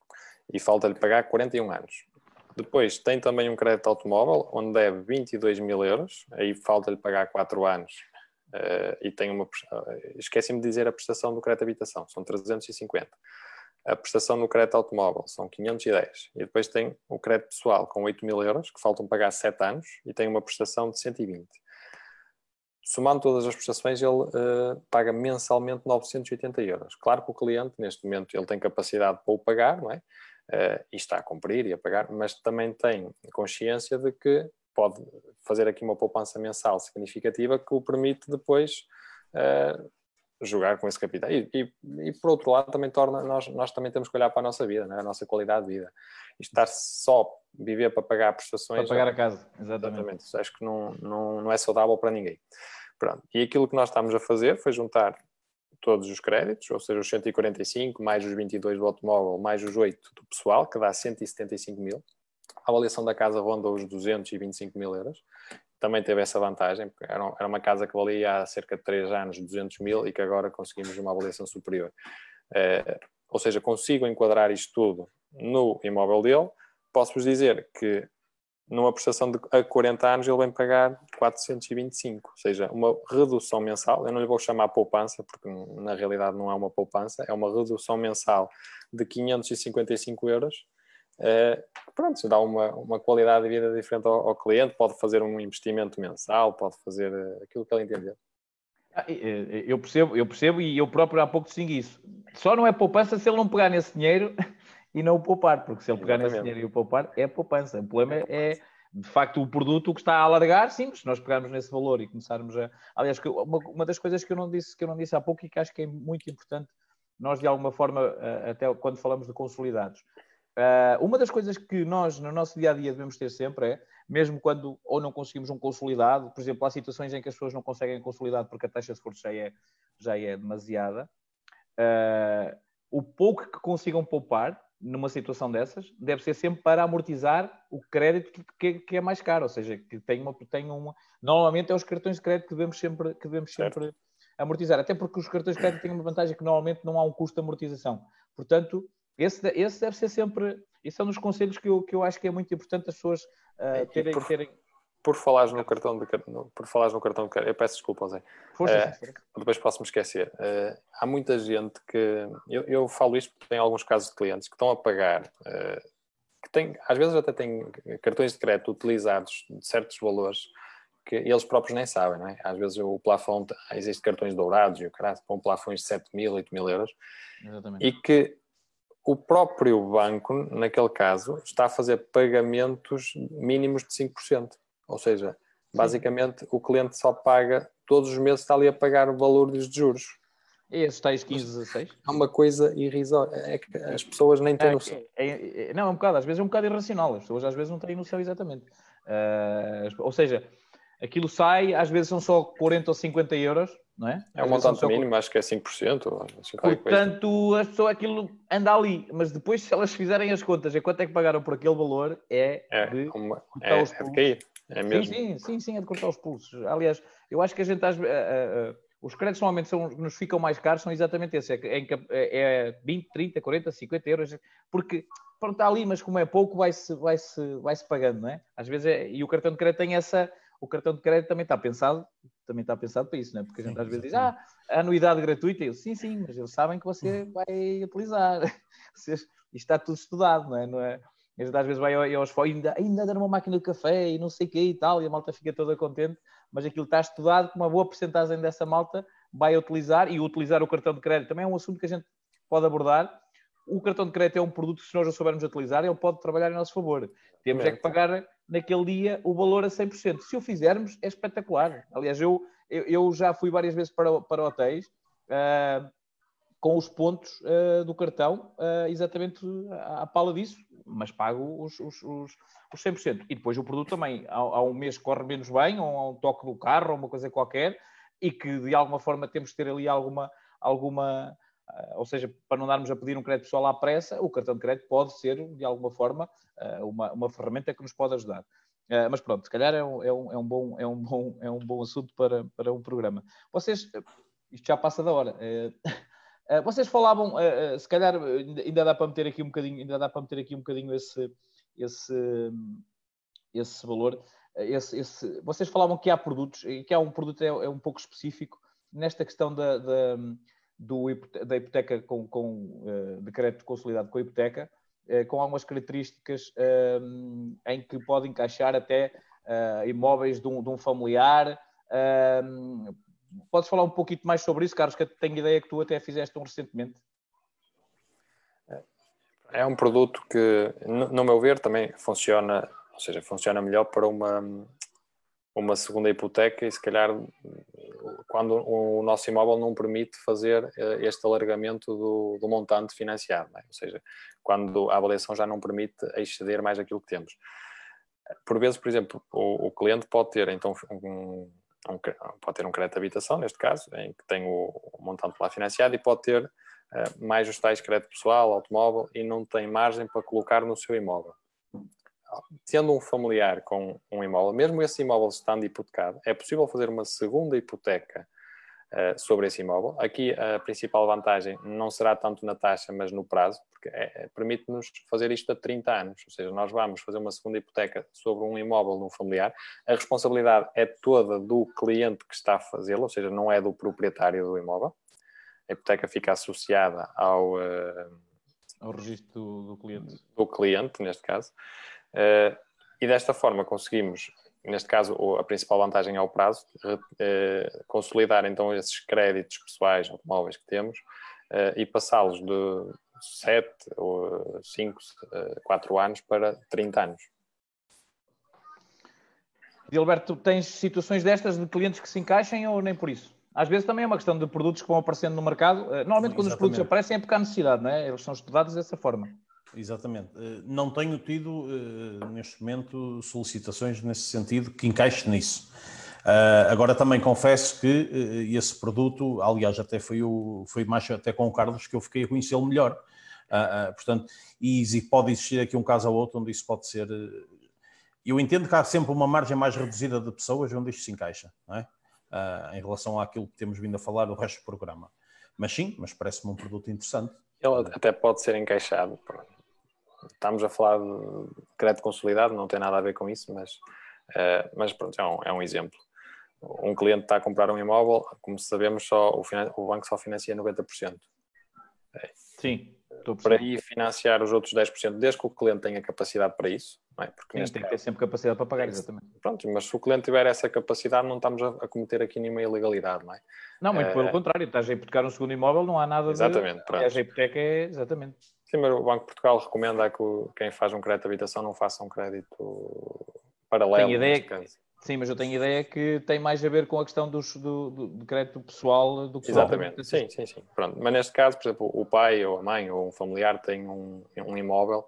e falta-lhe pagar quarenta e um anos. Depois tem também um crédito automóvel, onde deve vinte e dois mil euros, aí falta-lhe pagar quatro anos, uh, e tem uma... Esqueci-me de dizer a prestação do crédito de habitação, são trezentos e cinquenta. A prestação no crédito automóvel são quinhentos e dez. E depois tem o crédito pessoal com oito mil euros, que faltam pagar sete anos, e tem uma prestação de cento e vinte. Somando todas as prestações, ele uh, paga mensalmente novecentos e oitenta euros. Claro que o cliente, neste momento, ele tem capacidade para o pagar, não é? Uh, e está a cumprir e a pagar, mas também tem consciência de que pode fazer aqui uma poupança mensal significativa que o permite depois uh, jogar com esse capital. E, e, e, por outro lado, também torna, nós, nós também temos que olhar para a nossa vida, não é? A nossa qualidade de vida. E estar só viver para pagar prestações... Para pagar a casa, exatamente. Exatamente. Acho que não, não, não é saudável para ninguém. Pronto. E aquilo que nós estamos a fazer foi juntar todos os créditos, ou seja, os cento e quarenta e cinco, mais os vinte e dois do automóvel, mais os oito do pessoal, que dá cento e setenta e cinco mil. A avaliação da casa ronda os duzentos e vinte e cinco mil euros. Também teve essa vantagem, porque era uma casa que valia há cerca de três anos duzentos mil e que agora conseguimos uma avaliação superior. É, ou seja, consigo enquadrar isto tudo no imóvel dele. Posso-vos dizer que numa prestação de a quarenta anos ele vem pagar quatrocentos e vinte e cinco, ou seja, uma redução mensal. Eu não lhe vou chamar poupança, porque na realidade não é uma poupança, é uma redução mensal de quinhentos e cinquenta e cinco euros. Uh, pronto, dá uma, uma qualidade de vida diferente ao, ao cliente, pode fazer um investimento mensal, pode fazer uh, aquilo que ele entender. Eu percebo, eu percebo e eu próprio há pouco distingui isso. Só não é poupança se ele não pegar nesse dinheiro e não o poupar, porque se ele pegar Exatamente. Nesse dinheiro e o poupar, é poupança. O problema é, é, de facto, o produto que está a alargar, sim, se nós pegarmos nesse valor e começarmos a... Aliás, uma, uma das coisas que eu, não disse, que eu não disse há pouco e que acho que é muito importante, nós, de alguma forma, até quando falamos de consolidados, uma das coisas que nós, no nosso dia-a-dia, devemos ter sempre é, mesmo quando ou não conseguimos um consolidado, por exemplo, há situações em que as pessoas não conseguem consolidado porque a taxa de esforço já é, já é demasiada, o pouco que consigam poupar, numa situação dessas, deve ser sempre para amortizar o crédito que, que, que é mais caro, ou seja, que tem uma, tem uma... Normalmente é os cartões de crédito que devemos sempre, que devemos sempre amortizar, até porque os cartões de crédito têm uma vantagem que normalmente não há um custo de amortização. Portanto, esse, esse deve ser sempre... Esse é um dos conselhos que eu, que eu acho que é muito importante as pessoas uh, terem... Por, terem... por falares no cartão de por falares no cartão de crédito, eu peço desculpa, Zé. Força, uh, depois posso-me esquecer. Uh, há muita gente que... Eu, eu falo isto porque tem alguns casos de clientes que estão a pagar... Uh, que têm, às vezes até têm cartões de crédito utilizados de certos valores que eles próprios nem sabem, não é? Às vezes o plafond... Existem cartões dourados e o caralho com plafões de sete mil, oito mil euros. Exatamente. E que o próprio banco, naquele caso, está a fazer pagamentos mínimos de cinco por cento. Ou seja, basicamente, Sim. o cliente só paga, todos os meses está ali a pagar o valor dos juros. E esses tais quinze, dezasseis? É uma coisa irrisória. É que as pessoas nem têm noção. É, é, é, não, é um bocado, às vezes é um bocado irracional. As pessoas às vezes não têm noção exatamente. Uh, ou seja, aquilo sai, às vezes são só quarenta ou cinquenta euros, não é? É um montante mínimo, acho que é cinco por cento. Portanto, as pessoas, aquilo anda ali, mas depois, se elas fizerem as contas e quanto é que pagaram por aquele valor, é, é de uma, cortar é, os pulsos. É de cair, é mesmo. Sim, sim, sim, sim, é de cortar os pulsos. Aliás, eu acho que a gente, às, uh, uh, uh, os créditos normalmente são, nos ficam mais caros, são exatamente esses, é, é, é vinte, trinta, quarenta, cinquenta euros, porque pronto, está ali, mas como é pouco, vai-se vai -se, vai -se pagando, não é? Às vezes, é, e o cartão de crédito tem essa... O cartão de crédito também está pensado, também está pensado para isso, não é? Porque a gente sim, às vezes exatamente. diz, ah, a anuidade gratuita, eu, sim, sim, mas eles sabem que você vai utilizar. Isto está tudo estudado, não é? Não é? A gente às vezes vai aos fóruns, ainda, ainda dar uma máquina de café e não sei o que e tal, e a malta fica toda contente, mas aquilo está estudado que uma boa porcentagem dessa malta vai utilizar, e utilizar o cartão de crédito também é um assunto que a gente pode abordar. O cartão de crédito é um produto que, se nós o soubermos utilizar, ele pode trabalhar em nosso favor. Temos é que pagar naquele dia o valor a cem por cento. Se o fizermos, é espetacular. Aliás, eu, eu, eu já fui várias vezes para, para hotéis uh, com os pontos uh, do cartão, uh, exatamente à, à pala disso, mas pago os, os, os, os cem por cento. E depois o produto também, há, há um mês que corre menos bem, ou há um toque do carro, ou uma coisa qualquer, e que de alguma forma temos que ter ali alguma... alguma Uh, ou seja, para não darmos a pedir um crédito pessoal à pressa, o cartão de crédito pode ser, de alguma forma, uh, uma, uma ferramenta que nos pode ajudar. Uh, mas pronto, se calhar é um, é um, é um, bom, é um, bom, é um bom assunto para, para um programa. Vocês, isto já passa da hora, uh, uh, vocês falavam, uh, uh, se calhar ainda dá para meter aqui um bocadinho, ainda dá para meter aqui um bocadinho esse, esse, esse valor. Esse, esse, vocês falavam que há produtos, e que há um produto é, é um pouco específico nesta questão da... da Do, da hipoteca com, com uh, de crédito consolidado com a hipoteca, uh, com algumas características uh, em que pode encaixar até uh, imóveis de um, de um familiar. Uh, podes falar um pouquinho mais sobre isso, Carlos, que eu tenho ideia que tu até fizeste um recentemente. É um produto que, no meu ver, também funciona, ou seja, funciona melhor para uma, uma segunda hipoteca e, se calhar, quando o nosso imóvel não permite fazer este alargamento do, do montante financiado, não é? Ou seja, quando a avaliação já não permite exceder mais aquilo que temos. Por vezes, por exemplo, o, o cliente pode ter então um, um, pode ter um crédito de habitação, neste caso, em que tem o, o montante lá financiado, e pode ter uh, mais os tais crédito pessoal, automóvel, e não tem margem para colocar no seu imóvel. Tendo um familiar com um imóvel, mesmo esse imóvel estando hipotecado, é possível fazer uma segunda hipoteca uh, sobre esse imóvel. Aqui a principal vantagem não será tanto na taxa, mas no prazo, porque é, é, permite-nos fazer isto a trinta anos. Ou seja, nós vamos fazer uma segunda hipoteca sobre um imóvel num familiar. A responsabilidade é toda do cliente que está a fazê-lo, ou seja, não é do proprietário do imóvel. A hipoteca fica associada ao... Uh, ao registro do, do cliente. Do cliente, neste caso. Uh, e desta forma conseguimos, neste caso a principal vantagem é o prazo, uh, consolidar então esses créditos pessoais, automóveis que temos, uh, e passá-los de sete ou cinco, quatro anos para trinta anos. Gilberto, tens situações destas de clientes que se encaixem ou nem por isso? Às vezes também é uma questão de produtos que vão aparecendo no mercado. Normalmente quando Exatamente. Os produtos aparecem é porque há necessidade, não é? Eles são estudados dessa forma. Exatamente. Não tenho tido, neste momento, solicitações nesse sentido que encaixe nisso. Agora também confesso que esse produto, aliás, até foi, o, foi mais até com o Carlos que eu fiquei a conhecê-lo melhor. Portanto, e pode existir aqui um caso ou outro onde isso pode ser... Eu entendo que há sempre uma margem mais reduzida de pessoas onde isto se encaixa, não é? Em relação àquilo que temos vindo a falar do resto do programa. Mas sim, mas parece-me um produto interessante. Ele até pode ser encaixado. Estamos a falar de crédito consolidado, não tem nada a ver com isso, mas, uh, mas pronto, é um, é um exemplo. Um cliente está a comprar um imóvel, como sabemos, só o, o banco só financia noventa por cento. Sim. Para aí financiar os outros dez por cento, desde que o cliente tenha capacidade para isso. Não é? Porque Sim, tem que ter sempre capacidade para pagar, exatamente. Pronto, mas se o cliente tiver essa capacidade, não estamos a, a cometer aqui nenhuma ilegalidade, não é? Não, muito uh, pelo contrário, estás a hipotecar um segundo imóvel, não há nada exatamente, de... Pronto. Aliás, a hipoteca é... Exatamente. Sim, mas o Banco de Portugal recomenda que o, quem faz um crédito de habitação não faça um crédito paralelo. Tenho ideia que... Sim, mas eu tenho ideia que tem mais a ver com a questão dos, do, do, do crédito pessoal do que Exatamente, sim, sim, sim. Pronto. Mas neste caso, por exemplo, o pai ou a mãe ou um familiar tem um, um imóvel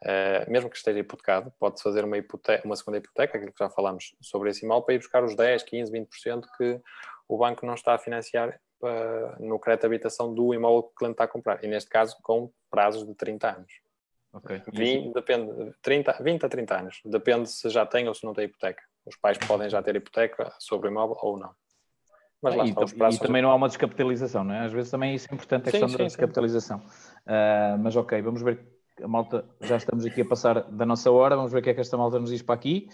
Uh, mesmo que esteja hipotecado, pode-se fazer uma, hipoteca, uma segunda hipoteca, aquilo que já falámos sobre esse imóvel, para ir buscar os dez, quinze, vinte por cento que o banco não está a financiar uh, no crédito de habitação do imóvel que o cliente está a comprar. E neste caso, com prazos de trinta anos. Okay. vinte, depende, trinta, vinte a trinta anos. Depende se já tem ou se não tem hipoteca. Os pais podem já ter hipoteca sobre o imóvel ou não. Mas lá e, está, os prazos... e também não há uma descapitalização, não é? Às vezes também isso é importante, a questão sim, da sim, descapitalização. Uh, mas ok, vamos ver, a malta, já estamos aqui a passar da nossa hora, vamos ver o que é que esta malta nos diz para aqui.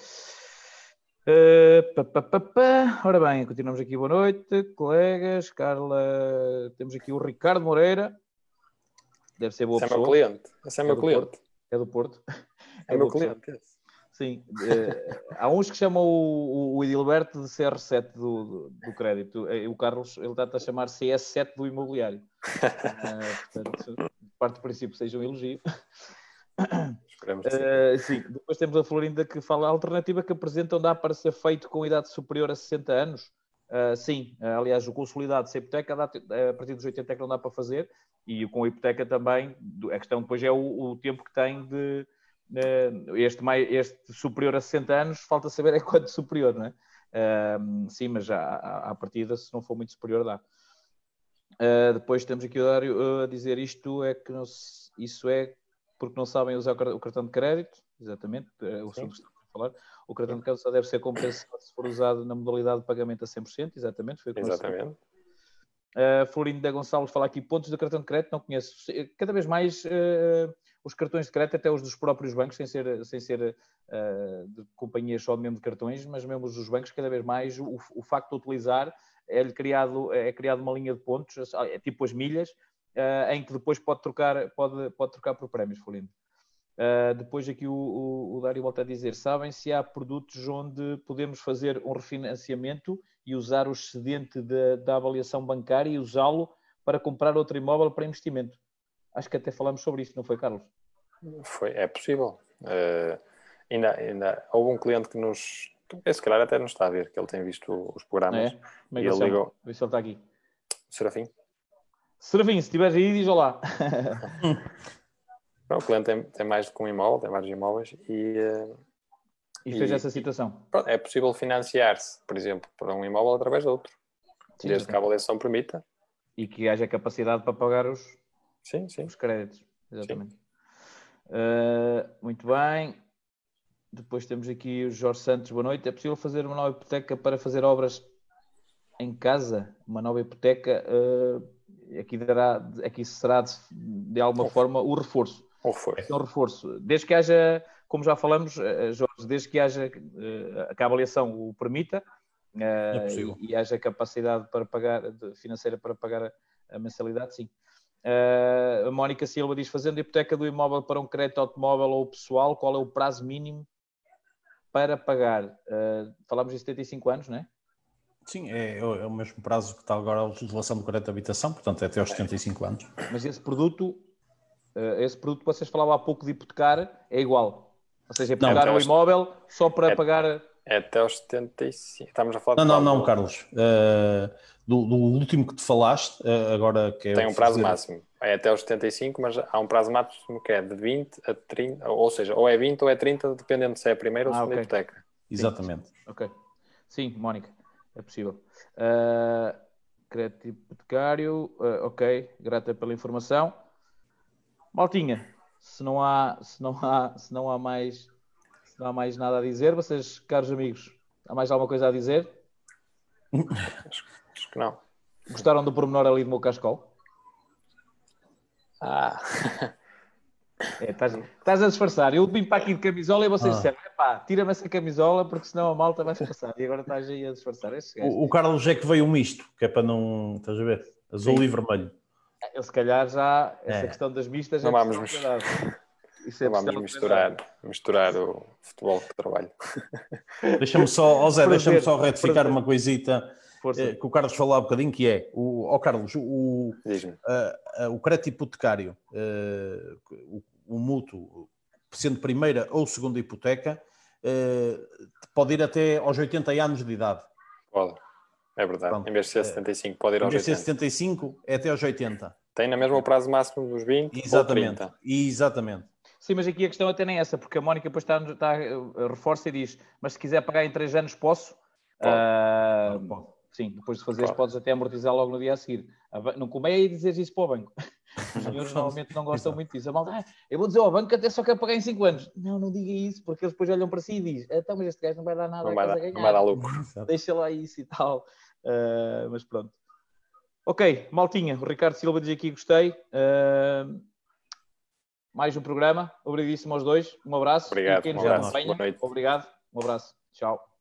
Uh, pá, pá, pá, pá. Ora bem, continuamos aqui, boa noite, colegas. Carla, temos aqui o Ricardo Moreira, deve ser boa Esse pessoa. É meu cliente. Esse é, é meu cliente. Porto. É do Porto. É, é meu cliente. Pessoa. Sim, uh, há uns que chamam o, o Edilberto de C R sete do, do, do crédito. O Carlos, ele está a chamar C S sete do imobiliário. Uh, portanto, parte do princípio seja um elogio. Esperemos que sim. Uh, sim. Depois temos a Florinda que fala a alternativa que apresentam dá para ser feito com idade superior a sessenta anos. Uh, sim, uh, aliás, o consolidado sem hipoteca dá, a partir dos oitenta é que não dá para fazer, e com a hipoteca também, a questão depois é o, o tempo que tem de uh, este, mais, este superior a sessenta anos, falta saber é quanto superior, não é? Uh, sim, mas já à, à partida, se não for muito superior, dá. Uh, depois temos aqui o Dário uh, a dizer isto é que não se, isso é porque não sabem usar o cartão de crédito, exatamente, é o assunto que estamos a falar. O cartão de crédito só deve ser compensado se for usado na modalidade de pagamento a cem por cento, exatamente. Foi exatamente. Uh, Florindo da Gonçalves fala aqui, pontos de cartão de crédito, não conheço. Cada vez mais uh, os cartões de crédito, até os dos próprios bancos, sem ser, sem ser uh, de companhias só mesmo de cartões, mas mesmo os dos bancos, cada vez mais o, o facto de utilizar é criado, é criado uma linha de pontos, é tipo as milhas, uh, em que depois pode trocar, pode, pode trocar por prémios, Florindo. Uh, depois aqui o, o, o Dário volta a dizer, sabem se há produtos onde podemos fazer um refinanciamento e usar o excedente de, da avaliação bancária e usá-lo para comprar outro imóvel para investimento? Acho que até falamos sobre isto, não foi, Carlos? Foi, é possível. Uh, ainda, ainda houve um cliente que nos, se calhar até não está a ver, que ele tem visto os programas. É? E ele ligou. Vê se ele está aqui. Serafim? Serafim, se estiveres aí, diz olá. O cliente tem, tem mais do que um imóvel, tem vários imóveis e... Uh, e fez e, essa situação. É possível financiar-se, por exemplo, para um imóvel através de outro. Sim, desde sim. que a avaliação permita. E que haja capacidade para pagar os, sim, sim. os créditos. Exatamente. Uh, muito bem. Depois temos aqui o Jorge Santos. Boa noite. É possível fazer uma nova hipoteca para fazer obras em casa? Uma nova hipoteca... Uh, aqui, dará, aqui será de, de alguma oh. forma o reforço. Um reforço. É um reforço. Desde que haja, como já falamos, Jorge, desde que haja que a avaliação o permita é e, e haja capacidade para pagar, financeira para pagar a, a mensalidade, sim. A Mónica Silva diz, fazendo a hipoteca do imóvel para um crédito automóvel ou pessoal, qual é o prazo mínimo para pagar? Falamos em setenta e cinco anos, não é? Sim, é, é o mesmo prazo que está agora a legislação do crédito de habitação, portanto é até aos setenta e cinco anos. Mas esse produto... Uh, esse produto que vocês falavam há pouco de hipotecar é igual. Ou seja, é pagar o imóvel só para é, pagar... É até aos setenta e cinco. Estamos a falar não, de Não, não, não, Carlos. Uh, do, do último que te falaste, uh, agora que é... Tem um prazo fazer... máximo. É até aos setenta e cinco, mas há um prazo máximo que é de vinte a trinta, ou seja, ou é vinte ou é trinta, dependendo se é a primeira ou a segunda ah, okay. hipoteca. Exatamente. Sim. Ok. Sim, Mónica, é possível. Uh, crédito hipotecário, uh, ok, grata pela informação. Maltinha, se não há, se não há, se não há mais, se não há mais nada a dizer, vocês, caros amigos, há mais alguma coisa a dizer? Acho que não. Gostaram do pormenor ali do meu cascol? Ah. É, estás, estás a disfarçar. Eu vim para aqui de camisola e vocês ah. disseram, epá, tira-me essa camisola porque senão a malta vai disfarçar. E agora estás aí a disfarçar. O, o Carlos é que veio um misto, que é para não, estás a ver? Azul Sim. e vermelho. Eu, se calhar, já, essa é. questão das mistas... Não é vamos, misturar, Isso é não vamos misturar, misturar o futebol que trabalho. Deixa-me só, oh Zé, deixa-me só retificar uma coisita eh, que o Carlos falou há um bocadinho, que é, o, oh Carlos, o, uh, uh, o crédito hipotecário, uh, o, o mútuo, sendo primeira ou segunda hipoteca, uh, pode ir até aos oitenta anos de idade. Pode. É verdade, Pronto, em vez de ser setenta e cinco, pode ir aos oitenta. Em vez de ser setenta e cinco, é até aos oitenta. Tem na mesma o prazo máximo dos vinte Exatamente. ou trinta. Exatamente. Sim, mas aqui a questão até nem é essa, porque a Mónica depois está, está, reforça e diz, mas se quiser pagar em três anos, posso? Uh, bom, sim, depois de fazeres, podes até amortizar logo no dia a seguir. Não convém aí dizer isso para o banco. Os senhores normalmente não gostam muito disso. A malta, ah, eu vou dizer ao banco que até só quer pagar em cinco anos. Não, não diga isso, porque eles depois olham para si e dizem, então, mas este gajo não vai dar nada, não vai, dar, a ganhar. Não vai dar lucro. Deixa lá isso e tal. Uh, mas pronto. Ok, maltinha, o Ricardo Silva diz aqui, gostei. Uh, mais um programa. Obrigadíssimo aos dois. Um abraço. Obrigado. E quem nos um abraço. acompanha, obrigado. Um abraço. Tchau.